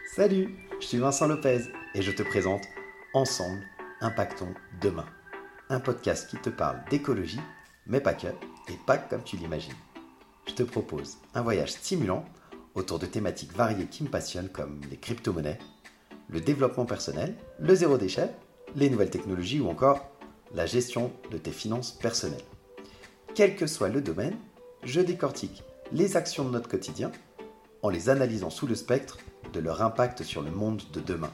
Salut, je suis Vincent Lopez et je te présente Ensemble, Impactons Demain, un podcast qui te parle d'écologie, mais pas que, et pas comme tu l'imagines. Je te propose un voyage stimulant autour de thématiques variées qui me passionnent comme les crypto-monnaies, le développement personnel, le zéro déchet, les nouvelles technologies ou encore la gestion de tes finances personnelles. Quel que soit le domaine, je décortique les actions de notre quotidien en les analysant sous le spectre de leur impact sur le monde de demain.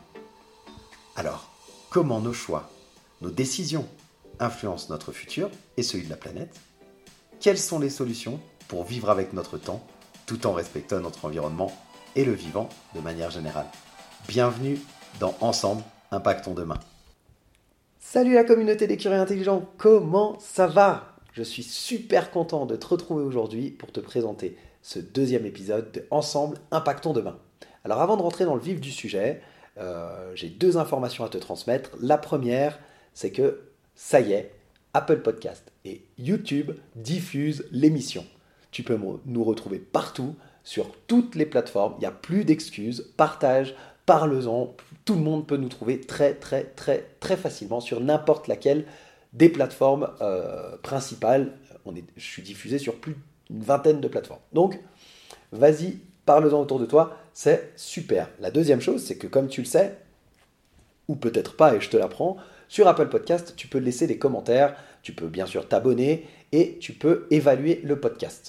Alors, comment nos choix, nos décisions influencent notre futur et celui de la planète? Quelles sont les solutions pour vivre avec notre temps tout en respectant notre environnement et le vivant de manière générale? Bienvenue dans Ensemble, Impactons Demain. Salut la communauté des curieux intelligents, comment ça va? Je suis super content de te retrouver aujourd'hui pour te présenter ce deuxième épisode de Ensemble, Impactons Demain. Alors avant de rentrer dans le vif du sujet, j'ai deux informations à te transmettre. La première, c'est que ça y est, Apple Podcast et YouTube diffusent l'émission. Tu peux nous retrouver partout, sur toutes les plateformes. Il n'y a plus d'excuses. Partage, parle-en. Tout le monde peut nous trouver très facilement sur n'importe laquelle des plateformes principales. Je suis diffusé sur plus d'une vingtaine de plateformes. Donc, vas-y, parle-en autour de toi, c'est super. La deuxième chose, c'est que comme tu le sais, ou peut-être pas et je te l'apprends, sur Apple Podcast, tu peux laisser des commentaires, tu peux bien sûr t'abonner et tu peux évaluer le podcast.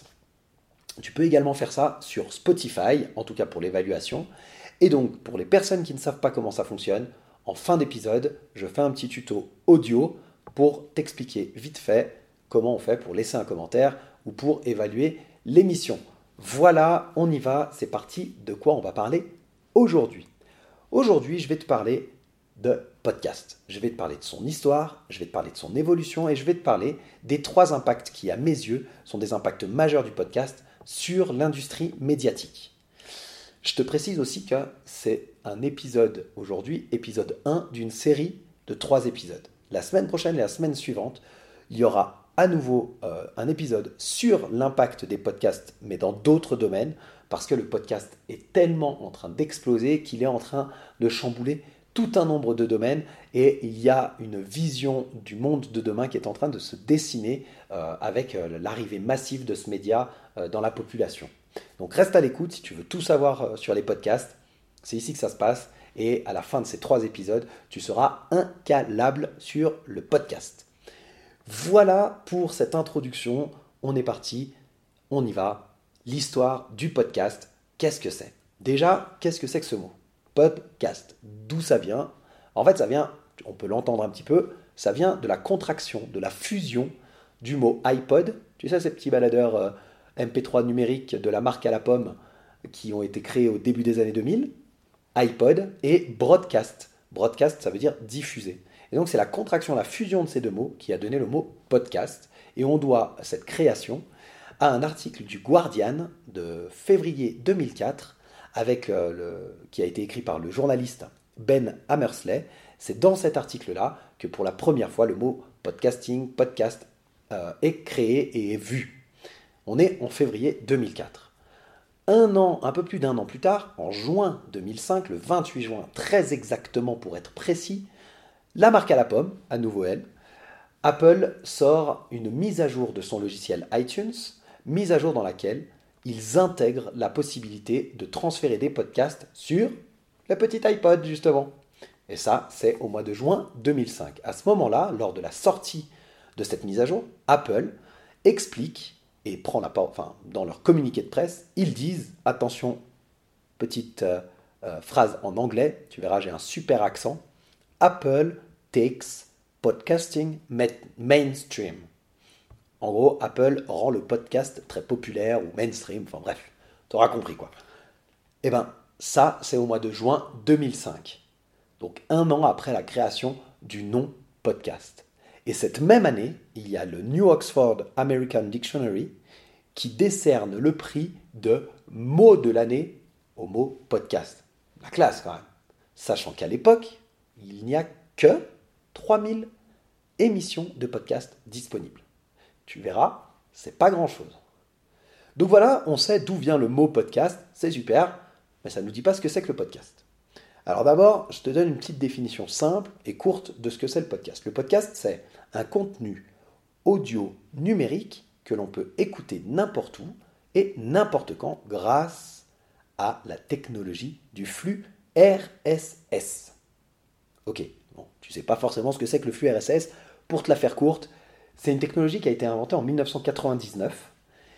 Tu peux également faire ça sur Spotify, en tout cas pour l'évaluation. Et donc, pour les personnes qui ne savent pas comment ça fonctionne, en fin d'épisode, je fais un petit tuto audio pour t'expliquer vite fait comment on fait pour laisser un commentaire ou pour évaluer l'émission. Voilà, on y va, c'est parti. De quoi on va parler aujourd'hui? Aujourd'hui, je vais te parler de podcast. Je vais te parler de son histoire, je vais te parler de son évolution et je vais te parler des trois impacts qui, à mes yeux, sont des impacts majeurs du podcast sur l'industrie médiatique. Je te précise aussi que c'est un épisode aujourd'hui, épisode 1 d'une série de 3 épisodes. La semaine prochaine et la semaine suivante, il y aura à nouveau un épisode sur l'impact des podcasts, mais dans d'autres domaines, parce que le podcast est tellement en train d'exploser qu'il est en train de chambouler tout un nombre de domaines et il y a une vision du monde de demain qui est en train de se dessiner avec l'arrivée massive de ce média dans la population. Donc reste à l'écoute si tu veux tout savoir sur les podcasts, c'est ici que ça se passe et à la fin de ces 3 épisodes, tu seras incalable sur le podcast. Voilà pour cette introduction, on est parti, on y va. L'histoire du podcast, qu'est-ce que c'est? Déjà, qu'est-ce que c'est que ce mot? Podcast, d'où ça vient? En fait, ça vient, on peut l'entendre un petit peu, ça vient de la contraction, de la fusion du mot iPod. Tu sais, ces petits baladeurs MP3 numériques de la marque à la pomme qui ont été créés au début des années 2000, iPod et broadcast. Broadcast, ça veut dire diffuser. Et donc c'est la contraction, la fusion de ces deux mots qui a donné le mot podcast. Et on doit cette création à un article du Guardian de février 2004 qui a été écrit par le journaliste Ben Hammersley. C'est dans cet article-là que pour la première fois le mot podcasting, podcast est créé et est vu. On est en février 2004. Un peu plus d'un an plus tard, en juin 2005, le 28 juin, très exactement pour être précis, la marque à la pomme, à nouveau elle, Apple sort une mise à jour de son logiciel iTunes, mise à jour dans laquelle ils intègrent la possibilité de transférer des podcasts sur le petit iPod justement. Et ça, c'est au mois de juin 2005. À ce moment-là, lors de la sortie de cette mise à jour, Apple explique et prend la parole, dans leur communiqué de presse, ils disent, attention, petite phrase en anglais, tu verras, j'ai un super accent, Apple takes podcasting mainstream. En gros, Apple rend le podcast très populaire ou mainstream, enfin bref, tu auras compris quoi. Eh bien, ça, c'est au mois de juin 2005. Donc, un an après la création du nom podcast. Et cette même année, il y a le New Oxford American Dictionary qui décerne le prix de mot de l'année au mot podcast. La classe quand même. Sachant qu'à l'époque, il n'y a que 3000 émissions de podcast disponibles. Tu verras, c'est pas grand-chose. Donc voilà, on sait d'où vient le mot podcast, c'est super, mais ça ne nous dit pas ce que c'est que le podcast. Alors d'abord, je te donne une petite définition simple et courte de ce que c'est le podcast. Le podcast, c'est un contenu audio numérique que l'on peut écouter n'importe où et n'importe quand grâce à la technologie du flux RSS. Ok, bon, tu ne sais pas forcément ce que c'est que le flux RSS. Pour te la faire courte, c'est une technologie qui a été inventée en 1999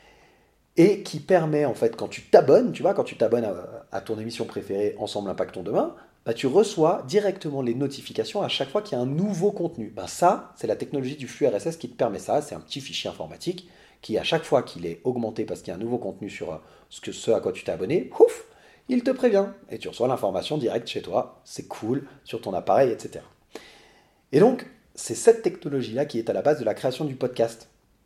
et qui permet, en fait, quand tu t'abonnes, tu vois, quand tu t'abonnes à ton émission préférée Ensemble Impactons Demain, bah, tu reçois directement les notifications à chaque fois qu'il y a un nouveau contenu. Bah, ça, c'est la technologie du flux RSS qui te permet ça. C'est un petit fichier informatique qui, à chaque fois qu'il est augmenté parce qu'il y a un nouveau contenu sur ce à quoi tu t'es abonné, ouf, il te prévient et tu reçois l'information directe chez toi. C'est cool, sur ton appareil, etc. Et donc, c'est cette technologie-là qui est à la base de la création du podcast.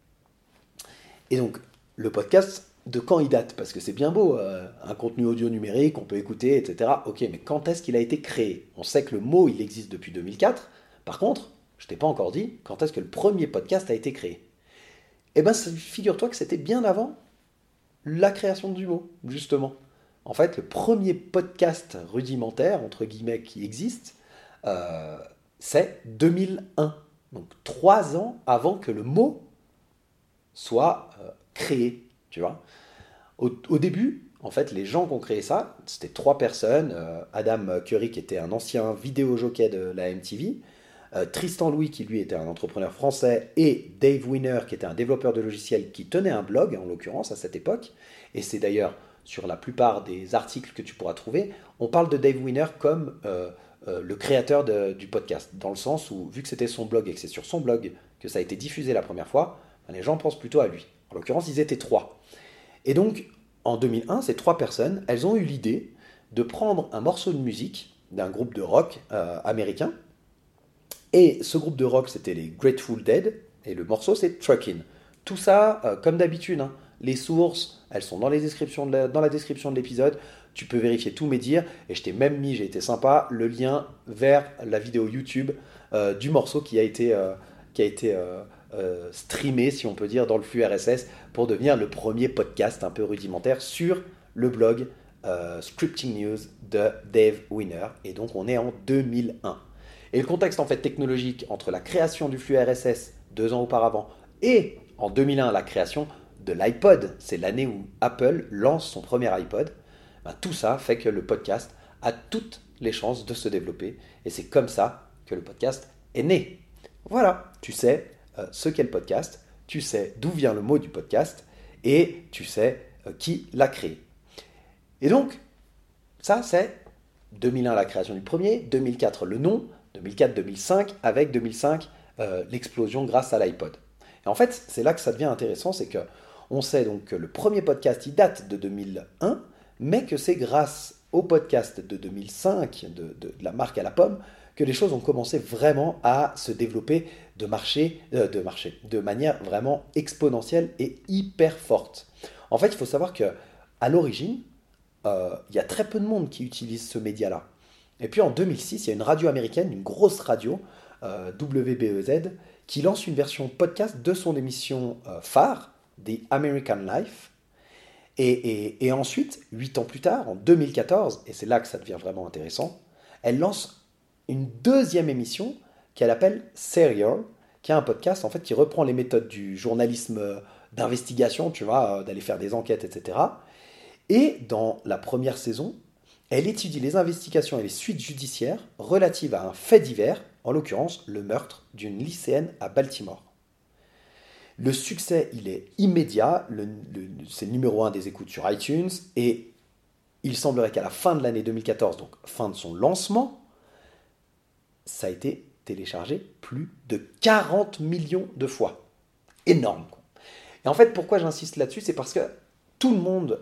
Et donc, le podcast, de quand il date? Parce que c'est bien beau, un contenu audio numérique, on peut écouter, etc. Ok, mais quand est-ce qu'il a été créé? On sait que le mot, il existe depuis 2004. Par contre, je t'ai pas encore dit quand est-ce que le premier podcast a été créé. Eh bien, figure-toi que c'était bien avant la création du mot, justement. En fait, le premier podcast rudimentaire, entre guillemets, qui existe, c'est 2001. Donc 3 ans avant que le mot soit créé, tu vois. Au début, en fait, les gens qui ont créé ça, c'était 3 personnes. Adam Curry, qui était un ancien vidéo-jockey de la MTV, Tristan Louis, qui lui était un entrepreneur français, et Dave Winner, qui était un développeur de logiciels qui tenait un blog, en l'occurrence, à cette époque. Et c'est d'ailleurs sur la plupart des articles que tu pourras trouver, on parle de Dave Winner comme le créateur du podcast, dans le sens où, vu que c'était son blog et que c'est sur son blog que ça a été diffusé la première fois, les gens pensent plutôt à lui. En l'occurrence, ils étaient 3. Et donc, en 2001, ces 3 personnes, elles ont eu l'idée de prendre un morceau de musique d'un groupe de rock américain. Et ce groupe de rock, c'était les Grateful Dead, et le morceau, c'est Truckin'. Tout ça, comme d'habitude, hein. Les sources, elles sont dans la description de l'épisode. Tu peux vérifier tous mes dires. Et je t'ai même mis, j'ai été sympa, le lien vers la vidéo YouTube du morceau qui a été streamé, si on peut dire, dans le flux RSS pour devenir le premier podcast un peu rudimentaire sur le blog Scripting News de Dave Winner. Et donc, on est en 2001. Et le contexte en fait technologique entre la création du flux RSS 2 ans auparavant et en 2001 la création de l'iPod, c'est l'année où Apple lance son premier iPod, ben, tout ça fait que le podcast a toutes les chances de se développer et c'est comme ça que le podcast est né. Voilà, tu sais ce qu'est le podcast, tu sais d'où vient le mot du podcast et tu sais qui l'a créé. Et donc, ça c'est 2001 la création du premier, 2004 le nom, 2004-2005, avec 2005 l'explosion grâce à l'iPod. Et en fait, c'est là que ça devient intéressant, c'est que on sait donc que le premier podcast, il date de 2001, mais que c'est grâce au podcast de 2005, de la marque à la pomme, que les choses ont commencé vraiment à se développer de manière vraiment exponentielle et hyper forte. En fait, il faut savoir que à l'origine, il y a très peu de monde qui utilise ce média-là. Et puis en 2006, il y a une radio américaine, une grosse radio, WBEZ, qui lance une version podcast de son émission phare, The American Life. Et ensuite, 8 ans plus tard, en 2014, et c'est là que ça devient vraiment intéressant, elle lance une deuxième émission qu'elle appelle Serial, qui est un podcast en fait qui reprend les méthodes du journalisme d'investigation, tu vois, d'aller faire des enquêtes, etc. Et dans la première saison, elle étudie les investigations et les suites judiciaires relatives à un fait divers, en l'occurrence le meurtre d'une lycéenne à Baltimore. Le succès, il est immédiat, c'est le numéro 1 des écoutes sur iTunes, et il semblerait qu'à la fin de l'année 2014, donc fin de son lancement, ça a été téléchargé plus de 40 millions de fois. Énorme, quoi. Et en fait, pourquoi j'insiste là-dessus, c'est parce que tout le monde,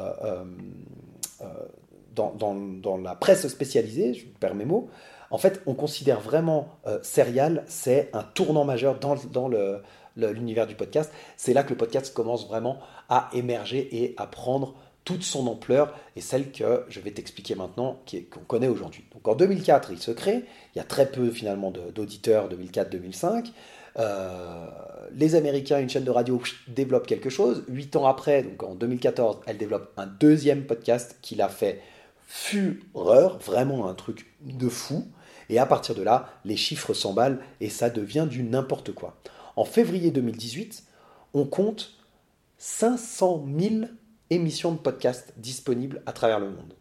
dans la presse spécialisée, je perds mes mots, en fait, on considère vraiment Serial, c'est un tournant majeur dans l'univers du podcast. C'est là que le podcast commence vraiment à émerger et à prendre toute son ampleur, et celle que je vais t'expliquer maintenant, qu'on connaît aujourd'hui. Donc en 2004, il se crée, il y a très peu finalement d'auditeurs, 2004-2005. Les Américains, une chaîne de radio, développent quelque chose. 8 ans après, donc en 2014, elle développe un deuxième podcast qui l'a fait fureur, vraiment un truc de fou. Et à partir de là, les chiffres s'emballent et ça devient du n'importe quoi. En février 2018, on compte 500 000 émissions de podcast disponibles à travers le monde.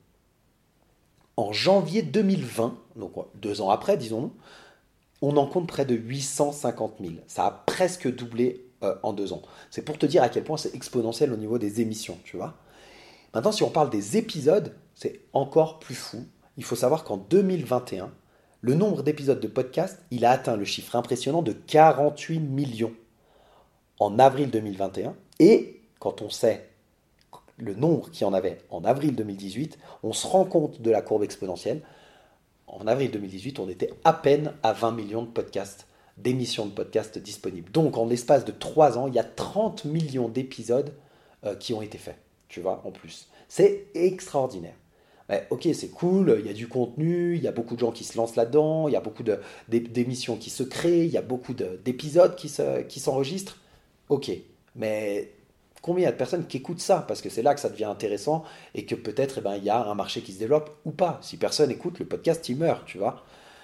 En janvier 2020, donc 2 ans après, disons-nous, on en compte près de 850 000. Ça a presque doublé en 2 ans. C'est pour te dire à quel point c'est exponentiel au niveau des émissions, tu vois. Maintenant, si on parle des épisodes, c'est encore plus fou. Il faut savoir qu'en 2021, le nombre d'épisodes de podcast, il a atteint le chiffre impressionnant de 48 millions en avril 2021. Et quand on sait le nombre qu'il y en avait en avril 2018, on se rend compte de la courbe exponentielle. En avril 2018, on était à peine à 20 millions de podcasts, d'émissions de podcasts disponibles. Donc, en l'espace de 3 ans, il y a 30 millions d'épisodes qui ont été faits, tu vois, en plus. C'est extraordinaire. Ouais, ok, c'est cool, il y a du contenu, il y a beaucoup de gens qui se lancent là-dedans, il y a beaucoup d'émissions qui se créent, il y a beaucoup d'épisodes qui s'enregistrent. Ok, mais combien il y a de personnes qui écoutent ça? Parce que c'est là que ça devient intéressant et que peut-être il y a un marché qui se développe ou pas. Si personne écoute, le podcast, il meurt, tu vois.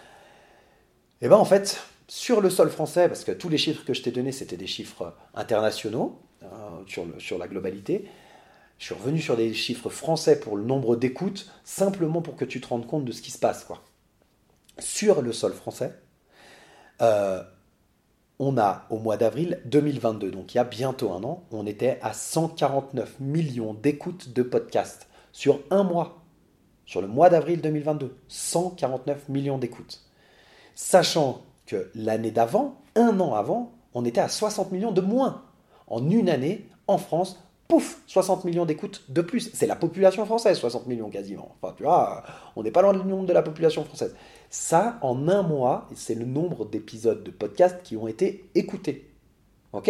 Et en fait, sur le sol français, parce que tous les chiffres que je t'ai donnés, c'était des chiffres internationaux sur la globalité, je suis revenu sur des chiffres français pour le nombre d'écoutes, simplement pour que tu te rendes compte de ce qui se passe, quoi. Sur le sol français, euh, on a au mois d'avril 2022, donc il y a bientôt un an, on était à 149 millions d'écoutes de podcasts sur un mois. Sur le mois d'avril 2022, 149 millions d'écoutes. Sachant que l'année d'avant, un an avant, on était à 60 millions de moins. En une année, en France, pouf, 60 millions d'écoutes de plus. C'est la population française, 60 millions quasiment. Enfin, tu vois, on n'est pas loin du nombre de la population française. Ça, en un mois, c'est le nombre d'épisodes de podcasts qui ont été écoutés. Ok?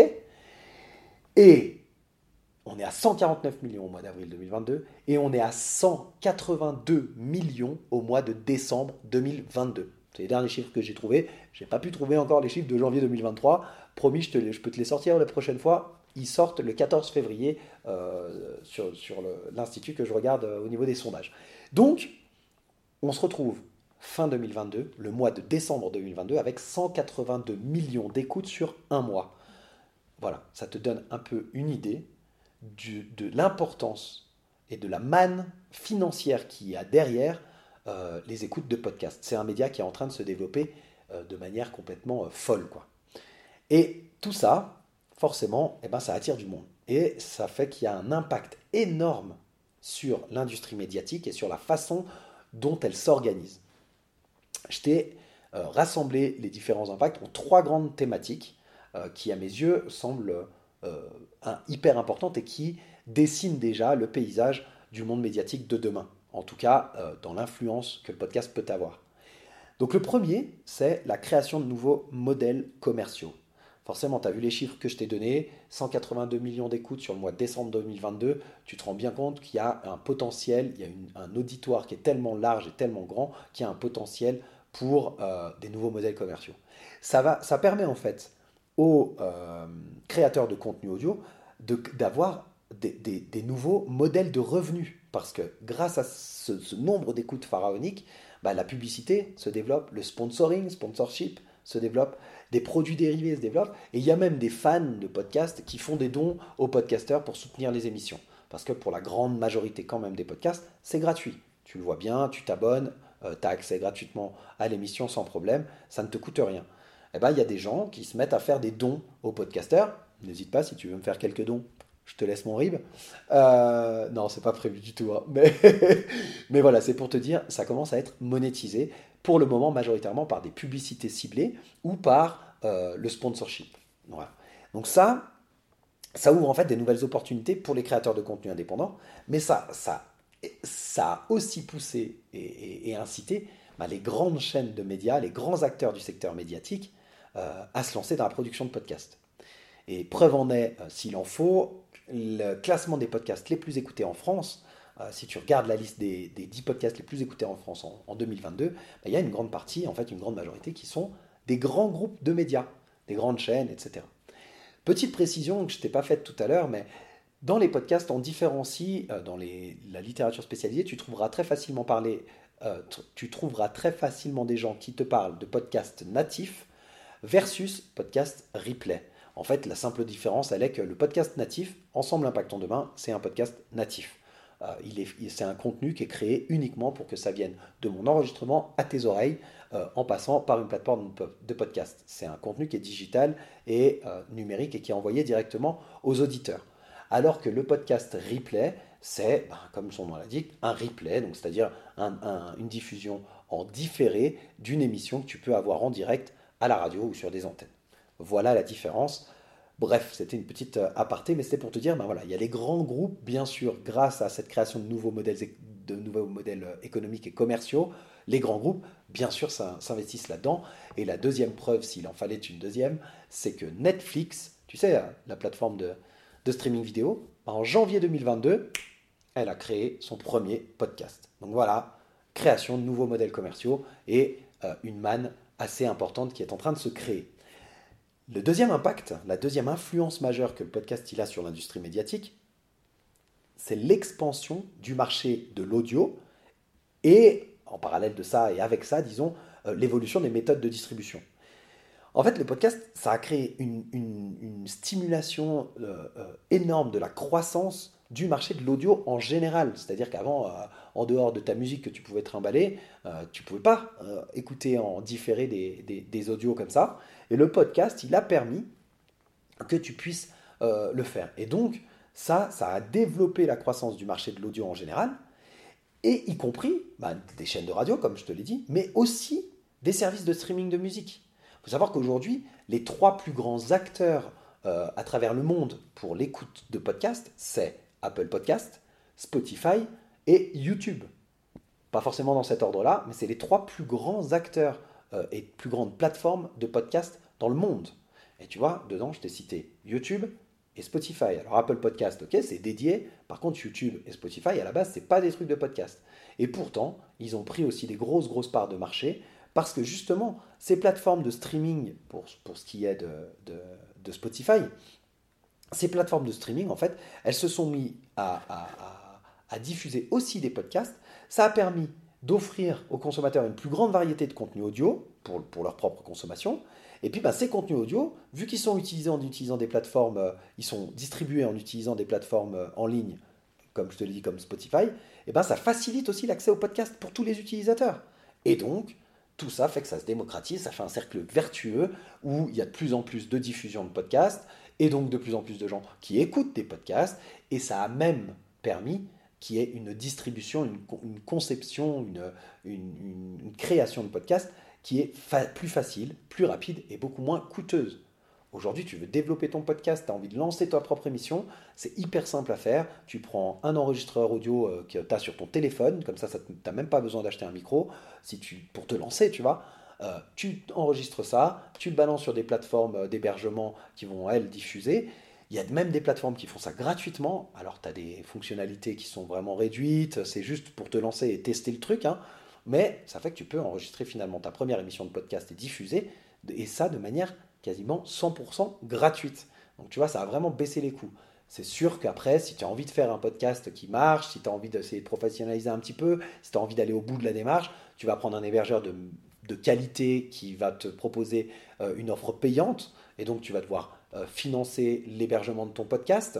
Et on est à 149 millions au mois d'avril 2022 et on est à 182 millions au mois de décembre 2022. C'est les derniers chiffres que j'ai trouvés. Je n'ai pas pu trouver encore les chiffres de janvier 2023. Promis, je peux te les sortir la prochaine fois. Ils sortent le 14 février sur l'institut que je regarde au niveau des sondages. Donc, on se retrouve fin 2022, le mois de décembre 2022, avec 182 millions d'écoutes sur un mois. Voilà, ça te donne un peu une idée de l'importance et de la manne financière qu'il y a derrière les écoutes de podcasts. C'est un média qui est en train de se développer de manière complètement folle, quoi. Et tout ça, forcément, ça attire du monde. Et ça fait qu'il y a un impact énorme sur l'industrie médiatique et sur la façon dont elle s'organise. Je t'ai rassemblé les différents impacts en 3 grandes thématiques qui, à mes yeux, semblent hyper importantes et qui dessinent déjà le paysage du monde médiatique de demain. En tout cas, dans l'influence que le podcast peut avoir. Donc le premier, c'est la création de nouveaux modèles commerciaux. Forcément, tu as vu les chiffres que je t'ai donnés, 182 millions d'écoutes sur le mois de décembre 2022, tu te rends bien compte qu'il y a un potentiel, il y a un auditoire qui est tellement large et tellement grand qu'il y a un potentiel pour des nouveaux modèles commerciaux. Ça permet en fait aux créateurs de contenu audio d'avoir des nouveaux modèles de revenus. Parce que grâce à ce nombre d'écoutes pharaoniques, la publicité se développe, le sponsorship se développe, des produits dérivés se développent, et il y a même des fans de podcasts qui font des dons aux podcasteurs pour soutenir les émissions. Parce que pour la grande majorité quand même des podcasts, c'est gratuit. Tu le vois bien, tu t'abonnes, tu as accès gratuitement à l'émission sans problème, ça ne te coûte rien. Il y a des gens qui se mettent à faire des dons aux podcasteurs. N'hésite pas, si tu veux me faire quelques dons, je te laisse mon RIB. Non, c'est pas prévu du tout. Hein. Mais voilà, c'est pour te dire, ça commence à être monétisé, pour le moment majoritairement par des publicités ciblées ou par le sponsorship. Voilà. Donc ça ouvre en fait des nouvelles opportunités pour les créateurs de contenu indépendants, mais ça a aussi poussé et incité les grandes chaînes de médias, les grands acteurs du secteur médiatique à se lancer dans la production de podcasts. Et preuve en est, s'il en faut, le classement des podcasts les plus écoutés en France, si tu regardes la liste des 10 podcasts les plus écoutés en France en 2022, il y a une grande partie, en fait une grande majorité, qui sont des grands groupes de médias, des grandes chaînes, etc. Petite précision que je ne t'ai pas faite tout à l'heure, mais Dans les podcasts, on différencie, dans la littérature spécialisée, tu trouveras très facilement des gens qui te parlent de podcasts natifs versus podcast replay. En fait, la simple différence, elle est que le podcast natif, Ensemble Impactons Demain, c'est un podcast natif. C'est un contenu qui est créé uniquement pour que ça vienne de mon enregistrement à tes oreilles en passant par une plateforme de podcast. C'est un contenu qui est digital et numérique et qui est envoyé directement aux auditeurs. Alors que le podcast replay, c'est, comme son nom l'indique, un replay, donc c'est-à-dire une diffusion en différé d'une émission que tu peux avoir en direct à la radio ou sur des antennes. Voilà la différence. Bref, c'était une petite aparté, mais c'était pour te dire, voilà, il y a les grands groupes, bien sûr, grâce à cette création de nouveaux modèles économiques et commerciaux, les grands groupes, bien sûr, s'investissent là-dedans. Et la deuxième preuve, s'il en fallait une deuxième, c'est que Netflix, tu sais, la plateforme de streaming vidéo, en janvier 2022, elle a créé son premier podcast. Donc voilà, création de nouveaux modèles commerciaux et une manne assez importante qui est en train de se créer. Le deuxième impact, la deuxième influence majeure que le podcast il a sur l'industrie médiatique, c'est l'expansion du marché de l'audio et, en parallèle de ça et avec ça, disons, l'évolution des méthodes de distribution. En fait, le podcast, ça a créé une stimulation énorme de la croissance du marché de l'audio en général. C'est-à-dire qu'avant, en dehors de ta musique que tu pouvais trimballer, tu ne pouvais pas écouter en différé des audios comme ça. Et le podcast, il a permis que tu puisses le faire. Et donc, ça a développé la croissance du marché de l'audio en général, et y compris des chaînes de radio, comme je te l'ai dit, mais aussi des services de streaming de musique. Il faut savoir qu'aujourd'hui, les trois plus grands acteurs à travers le monde pour l'écoute de podcasts, c'est Apple Podcast, Spotify et YouTube. Pas forcément dans cet ordre-là, mais c'est les trois plus grands acteurs et plus grandes plateformes de podcasts dans le monde. Et tu vois, dedans, je t'ai cité YouTube et Spotify. Alors Apple Podcast, ok, c'est dédié. Par contre, YouTube et Spotify, à la base, c'est pas des trucs de podcast. Et pourtant, ils ont pris aussi des grosses parts de marché parce que justement, ces plateformes de streaming, pour ce qui est de Spotify, ces plateformes de streaming, en fait, elles se sont mises à diffuser aussi des podcasts. Ça a permis d'offrir aux consommateurs une plus grande variété de contenus audio pour leur propre consommation. Et puis ces contenus audio, vu qu'ils sont utilisés en utilisant des plateformes, ils sont distribués en utilisant des plateformes en ligne, comme je te l'ai dit, comme Spotify, et ça facilite aussi l'accès aux podcasts pour tous les utilisateurs. Et donc, tout ça fait que ça se démocratise, ça fait un cercle vertueux où il y a de plus en plus de diffusion de podcasts, et donc de plus en plus de gens qui écoutent des podcasts, et ça a même permis qu'il y ait une distribution, une conception, une création de podcasts qui est plus facile, plus rapide et beaucoup moins coûteuse. Aujourd'hui, tu veux développer ton podcast, tu as envie de lancer ta propre émission, c'est hyper simple à faire. Tu prends un enregistreur audio que tu as sur ton téléphone, comme ça tu n'as même pas besoin d'acheter un micro pour te lancer, tu vois. Tu enregistres ça, tu le balances sur des plateformes d'hébergement qui vont, elles, diffuser. Il y a même des plateformes qui font ça gratuitement. Alors, tu as des fonctionnalités qui sont vraiment réduites, c'est juste pour te lancer et tester le truc, hein. Mais ça fait que tu peux enregistrer finalement ta première émission de podcast et diffuser, et ça de manière quasiment 100% gratuite. Donc tu vois, ça a vraiment baissé les coûts. C'est sûr qu'après, si tu as envie de faire un podcast qui marche, si tu as envie d'essayer de professionnaliser un petit peu, si tu as envie d'aller au bout de la démarche, tu vas prendre un hébergeur de qualité qui va te proposer une offre payante, et donc tu vas devoir financer l'hébergement de ton podcast.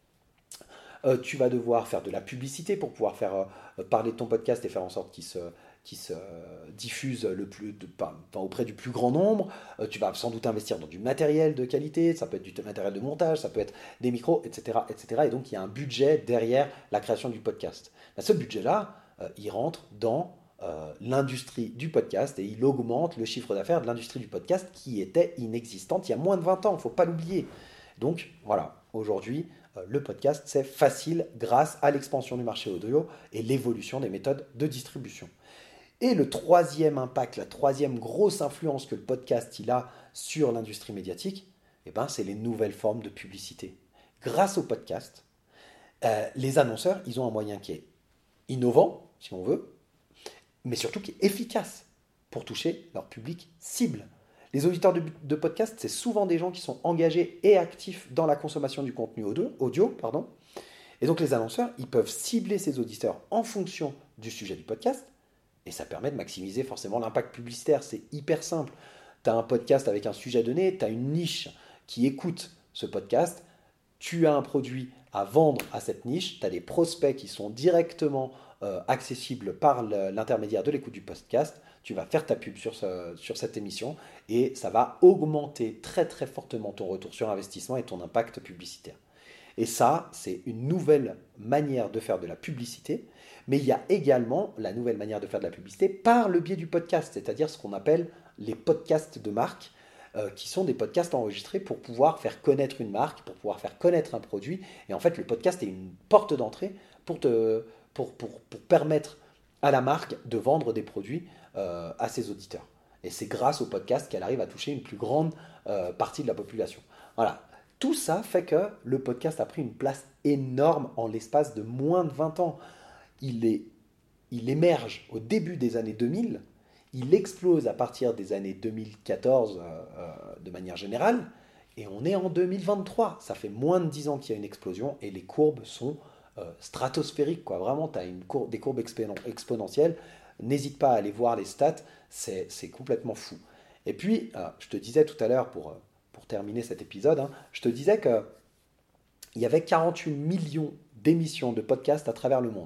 Tu vas devoir faire de la publicité pour pouvoir faire parler de ton podcast et faire en sorte qu'il se diffuse auprès du plus grand nombre. Tu vas sans doute investir dans du matériel de qualité, ça peut être du matériel de montage, ça peut être des micros, etc., etc. Et donc il y a un budget derrière la création du podcast. Ce budget-là, il rentre dans l'industrie du podcast et il augmente le chiffre d'affaires de l'industrie du podcast qui était inexistante il y a moins de 20 ans, il ne faut pas l'oublier. Donc voilà, aujourd'hui, le podcast, c'est facile grâce à l'expansion du marché audio et l'évolution des méthodes de distribution. Et le troisième impact, la troisième grosse influence que le podcast il a sur l'industrie médiatique, c'est les nouvelles formes de publicité. Grâce au podcast, les annonceurs, ils ont un moyen qui est innovant, si on veut, mais surtout qui est efficace pour toucher leur public cible. Les auditeurs de podcast, c'est souvent des gens qui sont engagés et actifs dans la consommation du contenu audio, Et donc les annonceurs, ils peuvent cibler ces auditeurs en fonction du sujet du podcast, et ça permet de maximiser forcément l'impact publicitaire. C'est hyper simple. Tu as un podcast avec un sujet donné, tu as une niche qui écoute ce podcast, tu as un produit à vendre à cette niche, tu as des prospects qui sont directement accessibles par l'intermédiaire de l'écoute du podcast, tu vas faire ta pub sur cette émission et ça va augmenter très très fortement ton retour sur investissement et ton impact publicitaire. Et ça, c'est une nouvelle manière de faire de la publicité, mais il y a également la nouvelle manière de faire de la publicité par le biais du podcast, c'est-à-dire ce qu'on appelle les podcasts de marque, qui sont des podcasts enregistrés pour pouvoir faire connaître une marque, pour pouvoir faire connaître un produit. Et en fait, le podcast est une porte d'entrée pour permettre à la marque de vendre des produits à ses auditeurs. Et c'est grâce au podcast qu'elle arrive à toucher une plus grande partie de la population. Voilà. Tout ça fait que le podcast a pris une place énorme en l'espace de moins de 20 ans. Il émerge au début des années 2000, il explose à partir des années 2014 de manière générale, et on est en 2023. Ça fait moins de 10 ans qu'il y a une explosion, et les courbes sont stratosphériques, quoi. Vraiment, tu as des courbes exponentielles. N'hésite pas à aller voir les stats, c'est complètement fou. Et puis, je te disais tout à l'heure, pour terminer cet épisode, je te disais qu'il y avait 48 millions d'émissions de podcasts à travers le monde.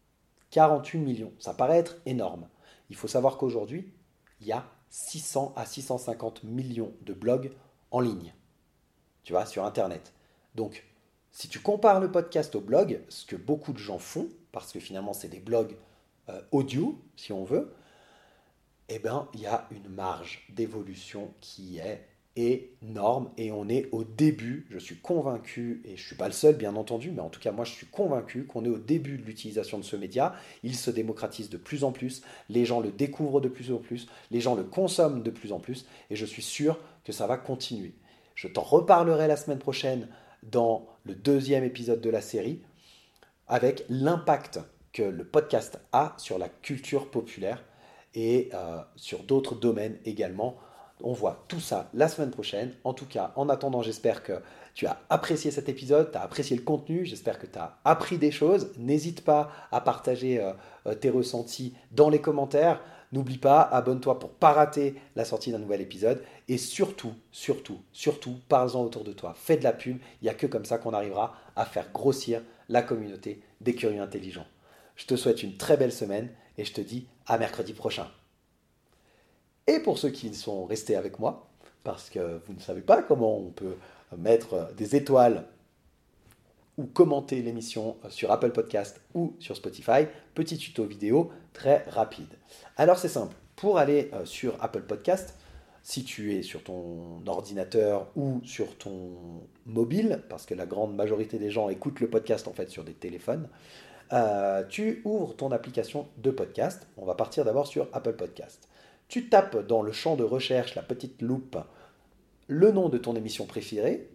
48 millions, ça paraît être énorme. Il faut savoir qu'aujourd'hui, il y a 600 à 650 millions de blogs en ligne, tu vois, sur Internet. Donc, si tu compares le podcast au blog, ce que beaucoup de gens font, parce que finalement c'est des blogs audio, si on veut, eh bien, il y a une marge d'évolution qui est énorme et on est au début, je suis convaincu, et je ne suis pas le seul bien entendu, mais en tout cas moi je suis convaincu qu'on est au début de l'utilisation de ce média, il se démocratise de plus en plus, les gens le découvrent de plus en plus, les gens le consomment de plus en plus et je suis sûr que ça va continuer. Je t'en reparlerai la semaine prochaine dans le 2e épisode de la série avec l'impact que le podcast a sur la culture populaire et sur d'autres domaines également. On voit tout ça la semaine prochaine. En tout cas, en attendant, j'espère que tu as apprécié cet épisode, tu as apprécié le contenu, j'espère que tu as appris des choses. N'hésite pas à partager tes ressentis dans les commentaires. N'oublie pas, abonne-toi pour ne pas rater la sortie d'un nouvel épisode. Et surtout, parle-en autour de toi. Fais de la pub, il n'y a que comme ça qu'on arrivera à faire grossir la communauté des curieux intelligents. Je te souhaite une très belle semaine et je te dis à mercredi prochain. Et pour ceux qui sont restés avec moi, parce que vous ne savez pas comment on peut mettre des étoiles ou commenter l'émission sur Apple Podcast ou sur Spotify, petit tuto vidéo très rapide. Alors c'est simple, pour aller sur Apple Podcast, si tu es sur ton ordinateur ou sur ton mobile, parce que la grande majorité des gens écoutent le podcast en fait sur des téléphones, tu ouvres ton application de podcast. On va partir d'abord sur Apple Podcast. Tu tapes dans le champ de recherche, la petite loupe, le nom de ton émission préférée,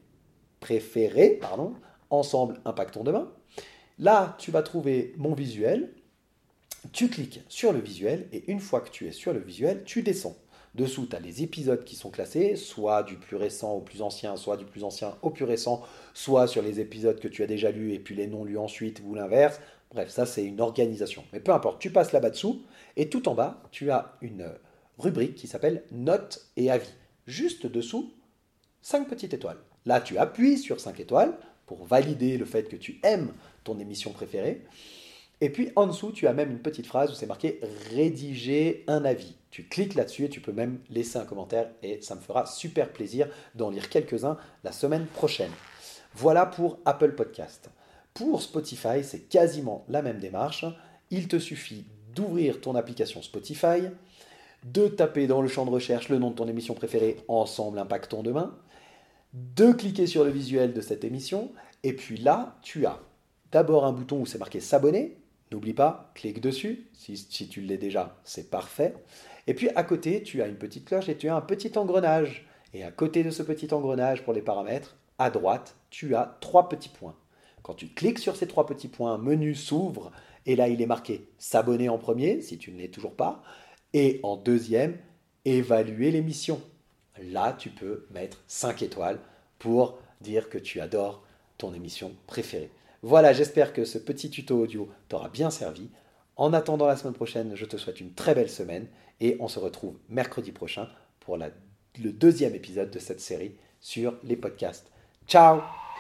Ensemble, impactons demain. Là, tu vas trouver mon visuel. Tu cliques sur le visuel et une fois que tu es sur le visuel, tu descends. Dessous, tu as les épisodes qui sont classés, soit du plus récent au plus ancien, soit du plus ancien au plus récent, soit sur les épisodes que tu as déjà lus et puis les non lus ensuite ou l'inverse. Bref, ça c'est une organisation. Mais peu importe, tu passes là-bas dessous et tout en bas, tu as une rubrique qui s'appelle Notes et avis. Juste dessous, 5 petites étoiles. Là, tu appuies sur 5 étoiles pour valider le fait que tu aimes ton émission préférée. Et puis en dessous, tu as même une petite phrase où c'est marqué « Rédiger un avis ». Tu cliques là-dessus et tu peux même laisser un commentaire et ça me fera super plaisir d'en lire quelques-uns la semaine prochaine. Voilà pour Apple Podcast. Pour Spotify, c'est quasiment la même démarche. Il te suffit d'ouvrir ton application Spotify, de taper dans le champ de recherche le nom de ton émission préférée « Ensemble, impactons demain », de cliquer sur le visuel de cette émission, et puis là, tu as d'abord un bouton où c'est marqué « S'abonner ». N'oublie pas, clique dessus, si tu l'es déjà, c'est parfait. Et puis à côté, tu as une petite cloche et tu as un petit engrenage. Et à côté de ce petit engrenage pour les paramètres, à droite, tu as 3 petits points. Quand tu cliques sur ces 3 petits points, un menu s'ouvre et là il est marqué « S'abonner » en premier, si tu ne l'es toujours pas, et en deuxième, « Évaluer l'émission ». Là, tu peux mettre 5 étoiles pour dire que tu adores ton émission préférée. Voilà, j'espère que ce petit tuto audio t'aura bien servi. En attendant la semaine prochaine, je te souhaite une très belle semaine et on se retrouve mercredi prochain pour le deuxième épisode de cette série sur les podcasts. Ciao!